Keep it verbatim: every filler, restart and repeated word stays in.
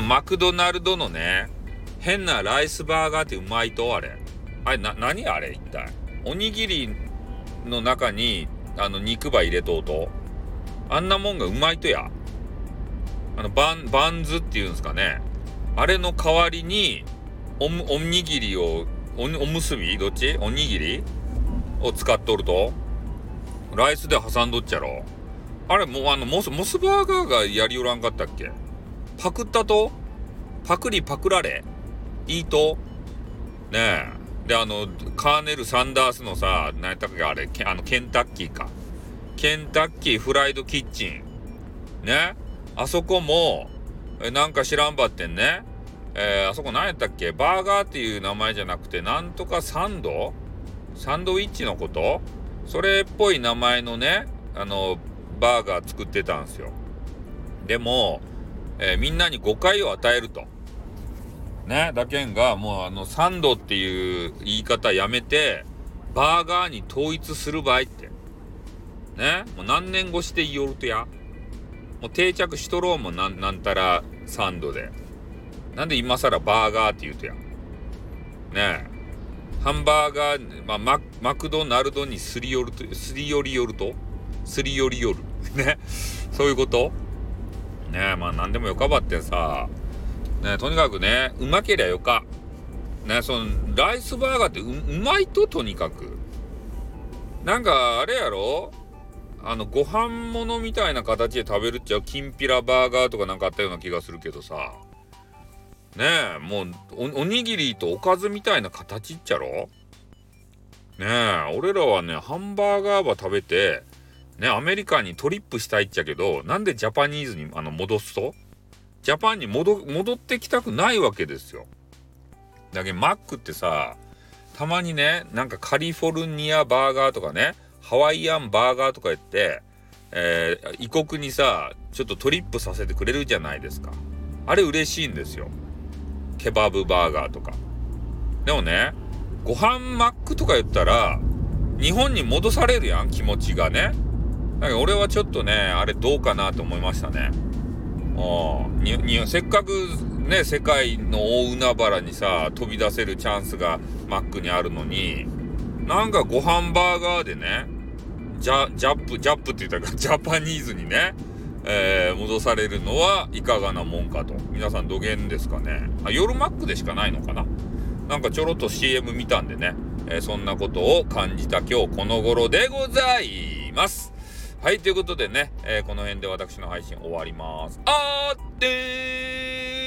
マクドナルドのね、変なライスバーガーってうまいとあれ。あれ、な、何あれ一体。おにぎりの中に、あの、肉ば入れとうと。あんなもんがうまいとや。あの、バン、バンズっていうんですかね。あれの代わりに、おむ、おにぎりを、お、おむすびどっちおにぎりを使っとると。ライスで挟んどっちゃろ。あれ、もうあの、モス、モスバーガーがやりおらんかったっけ？パクったと？パクリパクられ？いいと？ねえ。で、あの、カーネル・サンダースのさ、何やったっけあれ、あの、ケンタッキーか。ケンタッキーフライドキッチン。ね。あそこも、えなんか知らんばってんね。えー、あそこ何やったっけ？バーガーっていう名前じゃなくて、なんとかサンド？サンドイッチのこと？それっぽい名前のね、あの、バーガー作ってたんですよ。でも、えー、みんなに誤解を与えると。ね、だけんが、もうあの、サンドっていう言い方やめて、バーガーに統一する場合って。ね、もう何年越しで言いよるとや。もう定着しとろうもなん、なんたらサンドで。なんで今更バーガーって言うとや。ねえ。ハンバーガー、まあ、マ、マクドナルドにすり寄ると、すり寄り寄るとすり寄り寄る。ね。そういうことねえ、まあ何でもよかばってさ。ね、とにかくね、うまけりゃよか。ね、その、ライスバーガーって う, うまいと、とにかく。なんか、あれやろあの、ご飯物みたいな形で食べるっちゃ、きんぴらバーガーとかなんかあったような気がするけどさ。ねえ、もうお、おにぎりとおかずみたいな形っちゃろねえ、俺らはね、ハンバーガーば食べて、ね、アメリカにトリップしたいっちゃけど、なんでジャパニーズにあの戻すとジャパンに戻、戻ってきたくないわけですよ。だけどマックってさ、たまにね、なんかカリフォルニアバーガーとかね、ハワイアンバーガーとか言って、えー、異国にさ、ちょっとトリップさせてくれるじゃないですか。あれ嬉しいんですよ。ケバブバーガーとか。でもね、ご飯マックとか言ったら、日本に戻されるやん、気持ちがね。だけど俺はちょっとね、あれどうかなと思いましたね。あににせっかくね、世界の大海原にさ、飛び出せるチャンスがマックにあるのに、なんかご飯バーガーでね、ジャ、ジャップ、ジャップって言ったか、ジャパニーズにね、えー、戻されるのはいかがなもんかと。皆さんどげんですかね。あ、夜マックでしかないのかな。なんかちょろっと シーエム 見たんでね、えー、そんなことを感じた今日この頃でございます。はい、ということでね、えー、この辺で私の配信終わります。あーってー